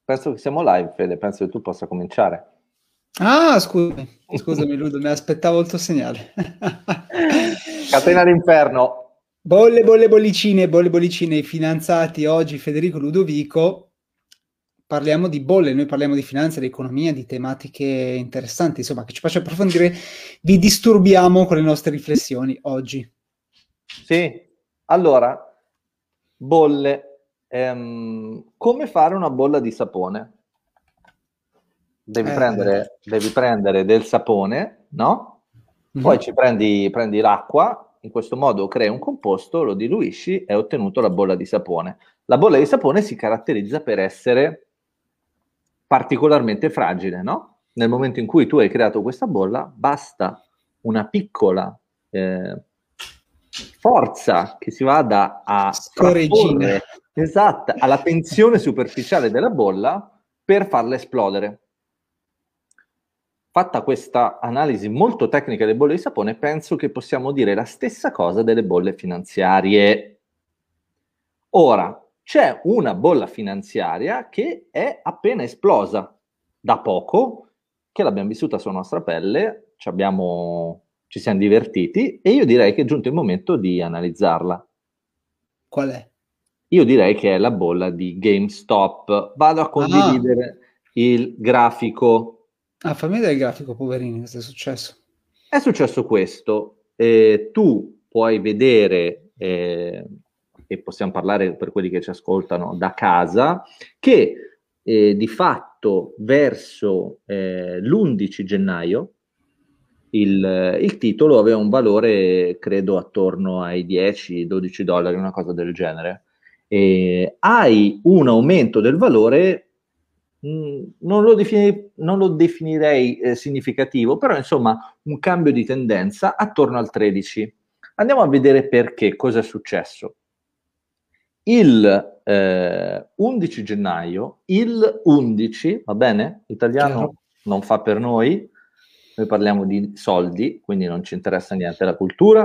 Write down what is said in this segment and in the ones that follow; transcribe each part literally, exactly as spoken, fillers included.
penso che siamo live, Fede, penso che tu possa cominciare. Ah, scusami, scusami Ludo, mi aspettavo il tuo segnale. Catena d'inferno. Bolle, bolle, bollicine, bolle, bollicine, i finanziati oggi, Federico Ludovico. Parliamo di bolle, noi parliamo di finanza, di economia, di tematiche interessanti, insomma, che ci faccia approfondire. Vi disturbiamo con le nostre riflessioni oggi. Sì, allora, bolle. Ehm, come fare una bolla di sapone? Devi, Eh, prendere, devi prendere del sapone, no? Poi mhm. ci prendi, prendi l'acqua, in questo modo crei un composto, lo diluisci e hai ottenuto la bolla di sapone. La bolla di sapone si caratterizza per essere particolarmente fragile, no? Nel momento in cui tu hai creato questa bolla, basta una piccola eh, forza che si vada a Scoreggina. frapporre, esatta, alla tensione superficiale della bolla per farla esplodere. Fatta questa analisi molto tecnica delle bolle di sapone, penso che possiamo dire la stessa cosa delle bolle finanziarie. Ora, c'è una bolla finanziaria che è appena esplosa da poco, che l'abbiamo vissuta sulla nostra pelle, ci, abbiamo, ci siamo divertiti e io direi che è giunto il momento di analizzarla. Qual è? Io direi che è la bolla di GameStop. Vado a Ah, condividere il grafico. ah, fammi vedere il grafico, poverini, cosa è successo? È successo questo, eh, tu puoi vedere, eh, e possiamo parlare per quelli che ci ascoltano da casa, che eh, di fatto verso eh, l'undici gennaio il, il titolo aveva un valore, credo, attorno ai dieci dodici dollari, una cosa del genere. E hai un aumento del valore. Mm, non lo, defini- non lo definirei eh, significativo, però insomma un cambio di tendenza attorno al tredici. Andiamo a vedere perché, cosa è successo. Il eh, undici gennaio, il undici, va bene? Chiaro? Italiano non fa per noi, noi parliamo di soldi, quindi non ci interessa niente la cultura.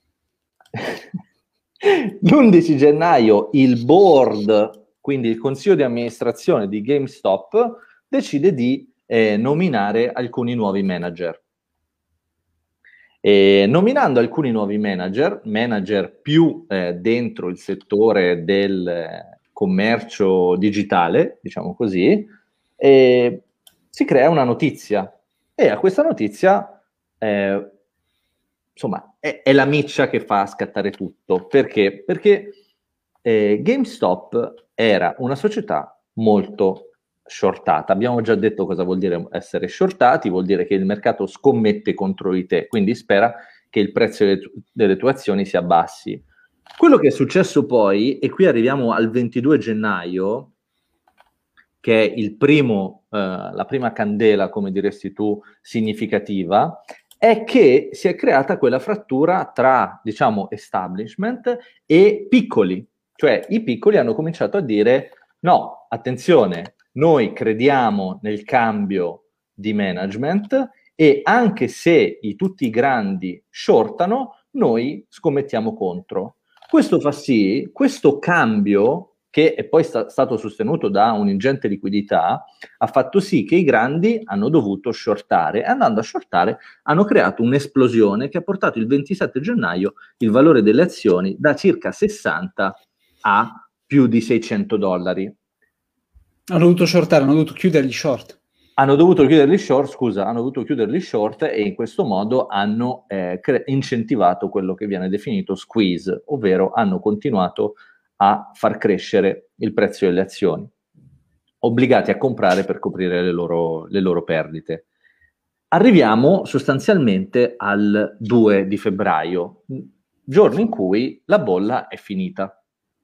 L'undici gennaio il board, quindi il consiglio di amministrazione di GameStop, decide di eh, nominare alcuni nuovi manager. E nominando alcuni nuovi manager, manager più eh, dentro il settore del eh, commercio digitale, diciamo così, eh, si crea una notizia e a questa notizia, eh, insomma, è, è la miccia che fa scattare tutto. Perché? Perché eh, GameStop era una società molto shortata. Abbiamo già detto cosa vuol dire essere shortati, vuol dire che il mercato scommette contro di te, quindi spera che il prezzo delle, tu- delle tue azioni si abbassi. Quello che è successo poi, e qui arriviamo al ventidue gennaio, che è il primo, eh, la prima candela, come diresti tu, significativa, è che si è creata quella frattura tra, diciamo, establishment e piccoli. Cioè i piccoli hanno cominciato a dire no, attenzione, noi crediamo nel cambio di management e anche se i, tutti i grandi shortano, noi scommettiamo contro. Questo fa sì, questo cambio, che è poi sta- stato sostenuto da un'ingente liquidità, ha fatto sì che i grandi hanno dovuto shortare e andando a shortare hanno creato un'esplosione che ha portato il ventisette gennaio il valore delle azioni da circa sessanta a più di seicento dollari. Hanno dovuto shortare, hanno dovuto chiudere gli short. Hanno dovuto chiuderli short, scusa, hanno dovuto chiuderli short e in questo modo hanno eh, cre- incentivato quello che viene definito squeeze, ovvero hanno continuato a far crescere il prezzo delle azioni, obbligati a comprare per coprire le loro, le loro perdite. Arriviamo sostanzialmente al due di febbraio, giorno in cui la bolla è finita.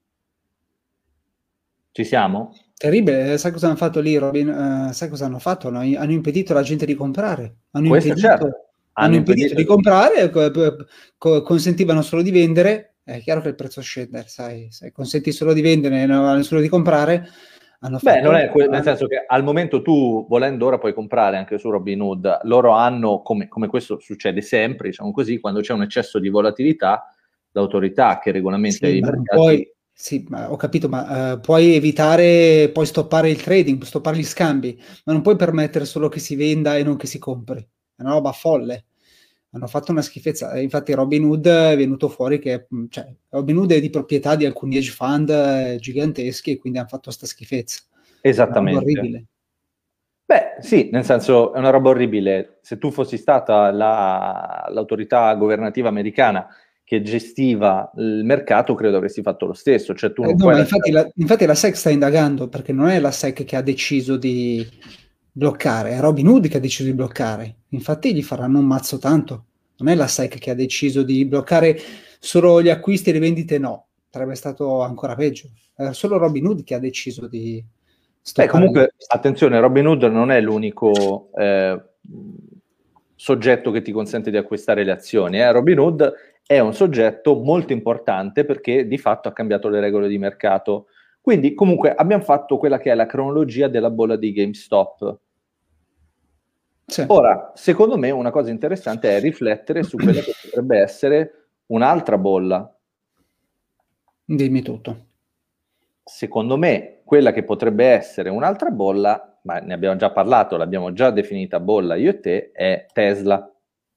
Ci siamo? Terribile, eh, sai cosa hanno fatto lì, Robin? Eh, sai cosa hanno fatto? Hanno, hanno impedito alla gente di comprare. Hanno Questo impedito, certo, hanno hanno impedito impedito. di comprare, co- co- consentivano solo di vendere. È chiaro che il prezzo scende, sai, se consenti solo di vendere e non a nessuno di comprare, hanno Beh, non fatto... è que- nel hanno- senso che al momento tu, volendo ora, puoi comprare anche su Robinhood. Loro hanno, come, come questo succede sempre, diciamo così, quando c'è un eccesso di volatilità, l'autorità che regolamenta Sì, i ma non puoi, mercati. Sì, ma ho capito, ma uh, puoi evitare, puoi stoppare il trading, puoi stoppare gli scambi, ma non puoi permettere solo che si venda e non che si compri. È una roba folle. Hanno fatto una schifezza. Infatti Robinhood è venuto fuori che, cioè, Robinhood è di proprietà di alcuni hedge fund eh, giganteschi e quindi hanno fatto sta schifezza. Una roba Esattamente. orribile. Beh, sì, nel senso è una roba orribile. Se tu fossi stata la, l'autorità governativa americana che gestiva il mercato, credo avresti fatto lo stesso. Cioè, tu Eh, non no, puoi ma lasciare... infatti la, infatti la S E C sta indagando perché non è la S E C che ha deciso di bloccare, è Robinhood che ha deciso di bloccare. Infatti gli faranno un mazzo tanto. Non è la S E C che ha deciso di bloccare solo gli acquisti e le vendite, no. Sarebbe stato ancora peggio. È solo Robinhood che ha deciso di Beh, stoppare gli comunque, acquisti. attenzione, Robinhood non è l'unico eh, soggetto che ti consente di acquistare le azioni. Eh. Robinhood è un soggetto molto importante perché di fatto ha cambiato le regole di mercato. Quindi, comunque, abbiamo fatto quella che è la cronologia della bolla di GameStop. Sì. Ora, secondo me, una cosa interessante è riflettere su quella che potrebbe essere un'altra bolla. Dimmi tutto. Secondo me, quella che potrebbe essere un'altra bolla, ma ne abbiamo già parlato, l'abbiamo già definita bolla io e te, è Tesla.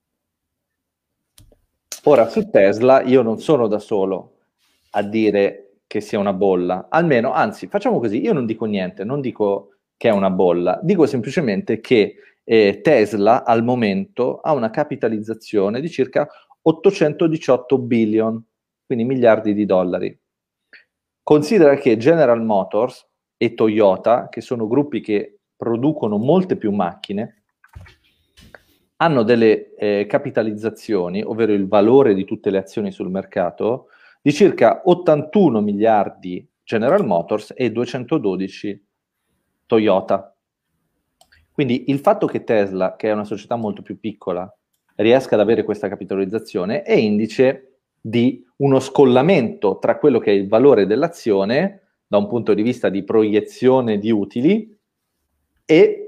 Ora, su Tesla io non sono da solo a dire che sia una bolla, almeno, anzi, facciamo così, io non dico niente, non dico che è una bolla, dico semplicemente che eh, Tesla al momento ha una capitalizzazione di circa ottocentodiciotto billion, quindi miliardi di dollari. Considera che General Motors e Toyota, che sono gruppi che producono molte più macchine, hanno delle eh, capitalizzazioni, ovvero il valore di tutte le azioni sul mercato, di circa ottantuno miliardi General Motors e duecentododici Toyota. Quindi il fatto che Tesla, che è una società molto più piccola, riesca ad avere questa capitalizzazione è indice di uno scollamento tra quello che è il valore dell'azione da un punto di vista di proiezione di utili e...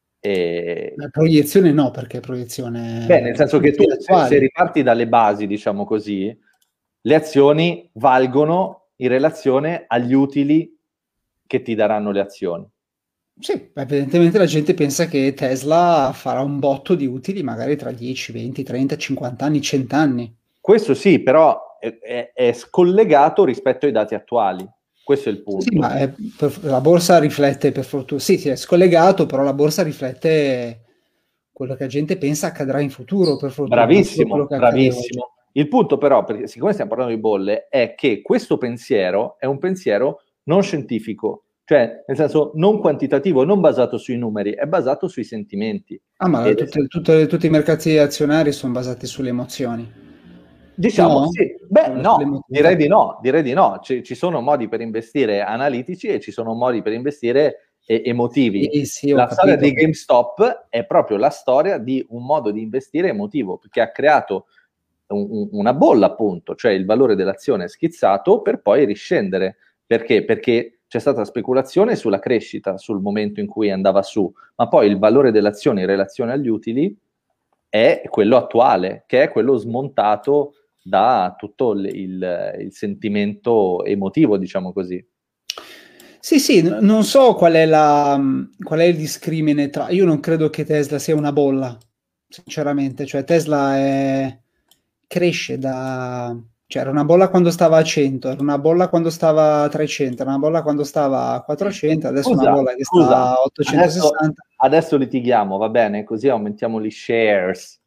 e La proiezione no, perché proiezione beh, nel senso che tu, se, se attuali. riparti dalle basi, diciamo così, le azioni valgono in relazione agli utili che ti daranno le azioni. Sì, evidentemente la gente pensa che Tesla farà un botto di utili magari tra dieci, venti, trenta, cinquanta anni, cento anni. Questo sì, però è, è, è scollegato rispetto ai dati attuali. Questo è il punto. Sì, ma è, per, la borsa riflette per fortuna. Sì, sì, è scollegato, però la borsa riflette quello che la gente pensa accadrà in futuro, per fortuna, non solo quello Bravissimo, che accade oggi. bravissimo. Il punto però, perché siccome stiamo parlando di bolle, è che questo pensiero è un pensiero non scientifico, cioè nel senso non quantitativo, non basato sui numeri, è basato sui sentimenti. Ah, ma Ed tutte, tutte- tutti i mercati azionari sono basati sulle emozioni. diciamo No? sì, beh no, direi Sull'emotività. di no, direi di no. Ci, ci sono modi per investire analitici e ci sono modi per investire eh, emotivi. Sì, sì, ho La storia capito. di GameStop è proprio la storia di un modo di investire emotivo, perché ha creato un, un, una bolla, appunto, cioè il valore dell'azione è schizzato per poi riscendere. Perché? Perché c'è stata speculazione sulla crescita, sul momento in cui andava su, ma poi il valore dell'azione in relazione agli utili è quello attuale, che è quello smontato da tutto il, il, il sentimento emotivo, diciamo così. Sì, sì, n- non so qual è la, qual è il discrimine tra... Io non credo che Tesla sia una bolla, sinceramente. Cioè, Tesla è... cresce da... Cioè, era una bolla quando stava a cento, era una bolla quando stava a trecento, era una bolla quando stava a quattrocento, adesso è una Scusa, bolla che scusa, sta a adesso, ottocentosessanta. adesso litighiamo, va bene? Così aumentiamo gli shares.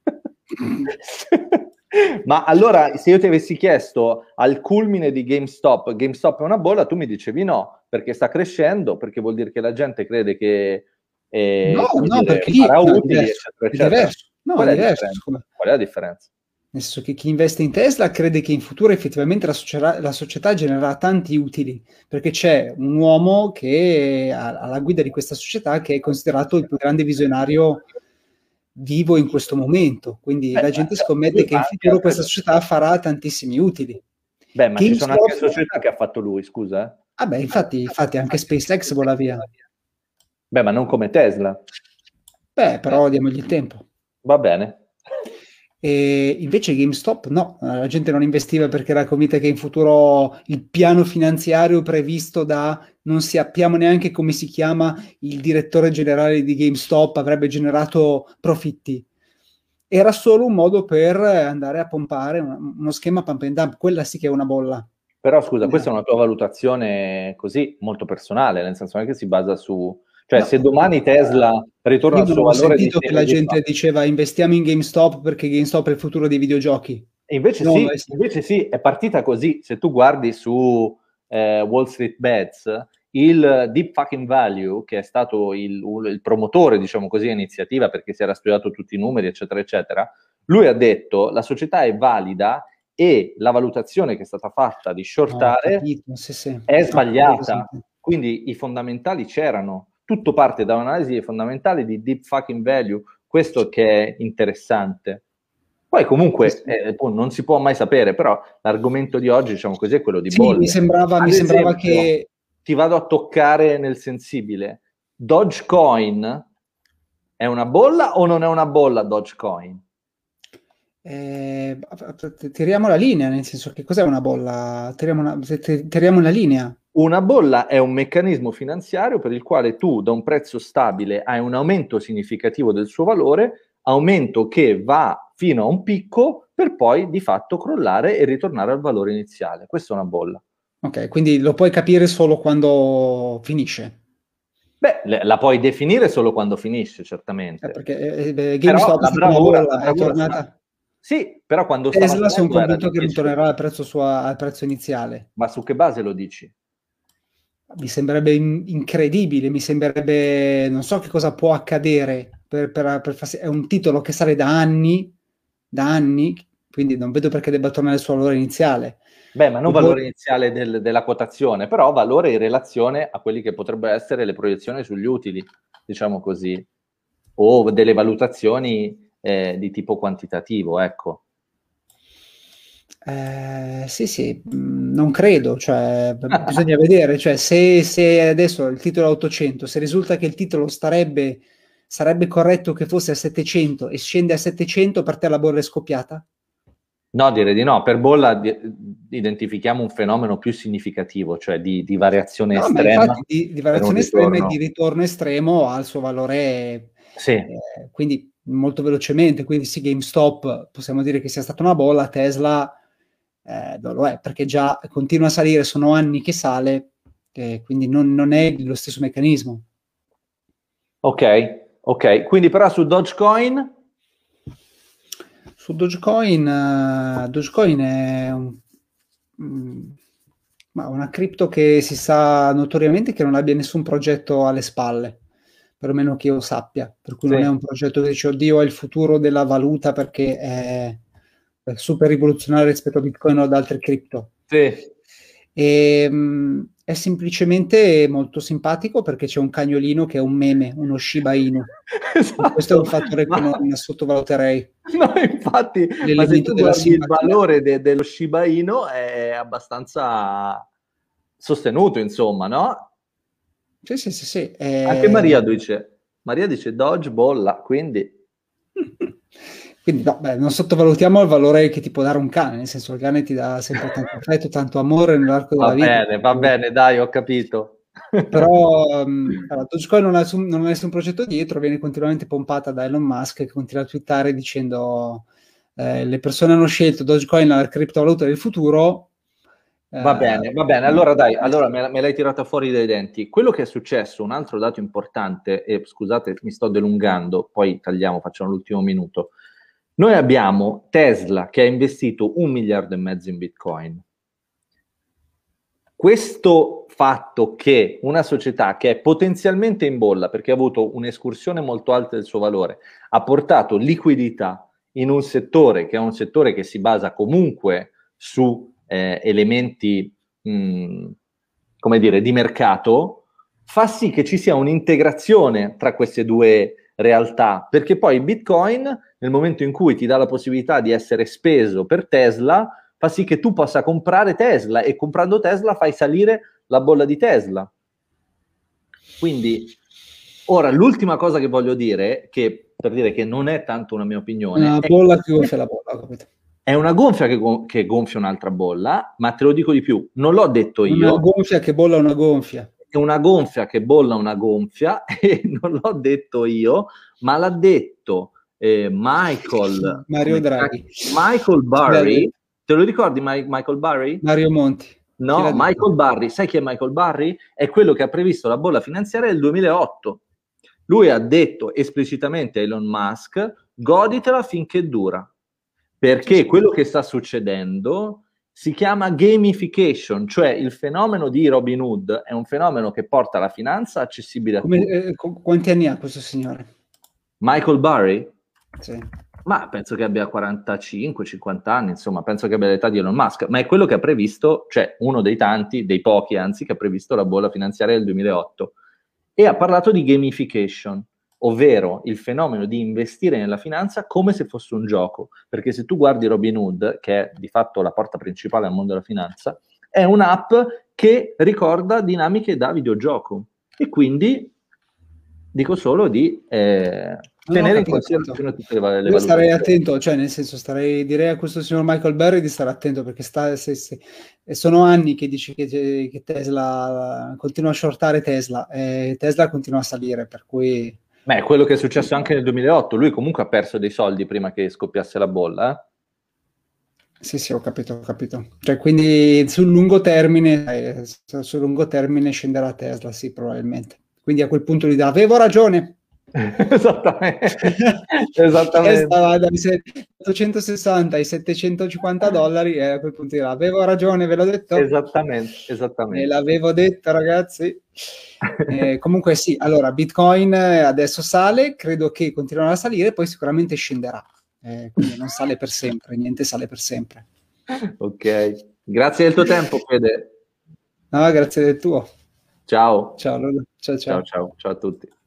Ma allora, se io ti avessi chiesto al culmine di GameStop, GameStop è una bolla, tu mi dicevi no, perché sta crescendo, perché vuol dire che la gente crede che No, eh, come no, dire, perché lì farà no, è utili, diverso, eccetera, è eccetera. diverso, no, è Qual è la diverso. differenza? Scusa. Qual è la differenza? Nel senso che chi investe in Tesla crede che in futuro effettivamente la società, la società genererà tanti utili, perché c'è un uomo che è alla guida di questa società che è considerato il più grande visionario vivo in questo momento. Quindi Beh, la ma, gente scommette che ma in anche futuro altre questa società società. farà tantissimi utili. Beh, ma ci sono GameStop, anche società che ha fatto lui, scusa. Eh. vabbè, infatti, infatti anche SpaceX vola via. Beh, ma non come Tesla. Beh, però diamogli il tempo. Va bene. E invece GameStop no, la gente non investiva perché era convinta che in futuro il piano finanziario previsto da non sappiamo neanche come si chiama il direttore generale di GameStop avrebbe generato profitti. Era solo un modo per andare a pompare uno schema pump and dump, quella sì che è una bolla. Però scusa, questa è una tua valutazione così molto personale, nel senso non è che si basa su... Cioè, no, se domani Tesla ritorna al suo valore di... Io non ho sentito che la gente diceva investiamo in GameStop perché GameStop è il futuro dei videogiochi. E invece, no, sì, invece sì, è partita così. Se tu guardi su eh, Wall Street Bets, il Deep Fucking Value, che è stato il, il promotore, diciamo così, dell'iniziativa, perché si era studiato tutti i numeri, eccetera, eccetera, lui ha detto la società è valida e la valutazione che è stata fatta di shortare no, capito, sì, sì. è sbagliata. Quindi i fondamentali c'erano. Tutto parte da un'analisi dei fondamentali di Deep Fucking Value, questo che è interessante. Poi comunque eh, non si può mai sapere, però l'argomento di oggi, diciamo così, è quello di sì, bolle. mi sembrava, mi esempio, sembrava che... Ti vado a toccare nel sensibile. Dogecoin è una bolla o non è una bolla Dogecoin? Eh, tiriamo la linea, nel senso che cos'è una bolla? Tiriamo una, tiriamo una linea. Una bolla è un meccanismo finanziario per il quale tu da un prezzo stabile hai un aumento significativo del suo valore, aumento che va fino a un picco per poi di fatto crollare e ritornare al valore iniziale. Questa è una bolla. Ok, quindi lo puoi capire solo quando finisce. Beh, la puoi definire solo quando finisce, certamente. Eh, perché eh, GameStop è stata una bolla, è tornata... Sì, però quando Tesla sono convinto che dieci... ritornerà al prezzo, sua, al prezzo iniziale. Ma su che base lo dici? Mi sembrerebbe in- incredibile, mi sembrerebbe, non so che cosa può accadere, per, per, per farsi, è un titolo che sale da anni, da anni, quindi non vedo perché debba tornare al suo valore iniziale. Beh, ma non e valore poi... iniziale del, della quotazione, però valore in relazione a quelli che potrebbero essere le proiezioni sugli utili, diciamo così, o delle valutazioni eh, di tipo quantitativo, ecco. Eh, sì, sì, non credo, cioè, bisogna vedere, cioè, se, se adesso il titolo è ottocento, se risulta che il titolo starebbe, sarebbe corretto che fosse a settecento e scende a settecento, per te la bolla è scoppiata? No, direi di no. Per bolla di, identifichiamo un fenomeno più significativo, cioè di, di variazione no, estrema. Infatti, di, di variazione estrema e di ritorno estremo al suo valore. Sì. Eh, quindi molto velocemente. Quindi sì, GameStop possiamo dire che sia stata una bolla, Tesla eh, non lo è, perché già continua a salire, sono anni che sale, eh, quindi non, non è lo stesso meccanismo. Ok, ok. Quindi però su Dogecoin... Su Dogecoin, uh, Dogecoin è un, um, ma una cripto che si sa notoriamente che non abbia nessun progetto alle spalle, perlomeno che io sappia, per cui sì. Non è un progetto che dice oddio è il futuro della valuta perché è, è super rivoluzionario rispetto a Bitcoin o ad altre cripto. Sì. E, um, è semplicemente molto simpatico perché c'è un cagnolino che è un meme, uno Shiba Inu. Esatto. Questo è un fattore ma... che non, non sottovaluterei. No, infatti, ma se tu guardi il valore de- dello Shiba Inu è abbastanza sostenuto, insomma, no? Sì, sì, sì, sì. È... Anche Maria dice, Maria dice Doge bolla, quindi... Quindi no, beh, non sottovalutiamo il valore che ti può dare un cane, nel senso che il cane ti dà sempre tanto affetto, tanto amore nell'arco della va vita. Va bene, va bene, dai, ho capito. Però um, allora, Dogecoin non ha, non ha nessun progetto dietro, viene continuamente pompata da Elon Musk che continua a twittare dicendo eh, le persone hanno scelto Dogecoin la criptovaluta del futuro. Va bene, va bene, allora dai, allora me, me l'hai tirata fuori dai denti. Quello che è successo, un altro dato importante, e scusate mi sto delungando, poi tagliamo, facciamo l'ultimo minuto. Noi abbiamo Tesla che ha investito un miliardo e mezzo in Bitcoin. Questo fatto che una società che è potenzialmente in bolla, perché ha avuto un'escursione molto alta del suo valore, ha portato liquidità in un settore che è un settore che si basa comunque su eh, elementi, mh, come dire, di mercato, fa sì che ci sia un'integrazione tra queste due realtà, perché poi Bitcoin, nel momento in cui ti dà la possibilità di essere speso per Tesla, fa sì che tu possa comprare Tesla e comprando Tesla fai salire la bolla di Tesla. Quindi Ora, l'ultima cosa che voglio dire, che per dire che non è tanto una mia opinione, Una è bolla che che gonfia la bolla, ho capito. è una gonfia che, gon- che gonfia un'altra bolla, ma te lo dico di più, non l'ho detto Una io, gonfia che bolla una gonfia. è una gonfia che bolla una gonfia, e non l'ho detto io, ma l'ha detto eh, Michael, Mario come Draghi. cacchio- Michael Chi l'ha Burry, detto? te lo ricordi Mi- Michael Burry? Mario Monti. Chi No, l'ha detto? Michael Burry, sai chi è Michael Burry? È quello che ha previsto la bolla finanziaria del duemilaotto. Lui ha detto esplicitamente a Elon Musk, goditela finché dura, perché Sì, sì. quello che sta succedendo si chiama gamification, cioè il fenomeno di Robin Hood è un fenomeno che porta la finanza accessibile a Come, tutti. eh, qu- quanti anni ha questo signore? Michael Burry? Sì. Ma penso che abbia quarantacinque cinquanta anni, insomma, penso che abbia l'età di Elon Musk, ma è quello che ha previsto, cioè uno dei tanti, dei pochi anzi, che ha previsto la bolla finanziaria del duemilaotto. E ha parlato di gamification, ovvero il fenomeno di investire nella finanza come se fosse un gioco, perché se tu guardi Robinhood, che è di fatto la porta principale al mondo della finanza, è un'app che ricorda dinamiche da videogioco e quindi dico solo di eh, No, no, ho tenere in capito, ho capito. considerazione tutte le, va- le Io starei valutazioni. attento, cioè nel senso starei, direi a questo signor Michael Berry di stare attento perché sta, se, se- e sono anni che dice che, che Tesla continua a shortare Tesla e Tesla continua a salire, per cui Beh, quello che è successo anche nel duemilaotto, lui comunque ha perso dei soldi prima che scoppiasse la bolla, eh? sì, sì, ho capito, ho capito. Cioè, quindi sul lungo termine, eh, sul lungo termine scenderà Tesla, sì, probabilmente. Quindi a quel punto gli dà, avevo ragione. Esattamente. Tesla Esattamente. va dai ottocentosessanta ai settecentocinquanta dollari e a quel punto dirà, avevo ragione, ve l'ho detto? Esattamente, Ve esattamente. l'avevo detto, ragazzi. Eh, comunque sì, allora Bitcoin adesso sale, credo che continuerà a salire, poi sicuramente scenderà. Eh, quindi non sale per sempre, niente sale per sempre. Ok, grazie del tuo tempo, Fede. No, grazie del tuo. Ciao. Ciao, Lolo. Ciao, Ciao, ciao. ciao, ciao a tutti.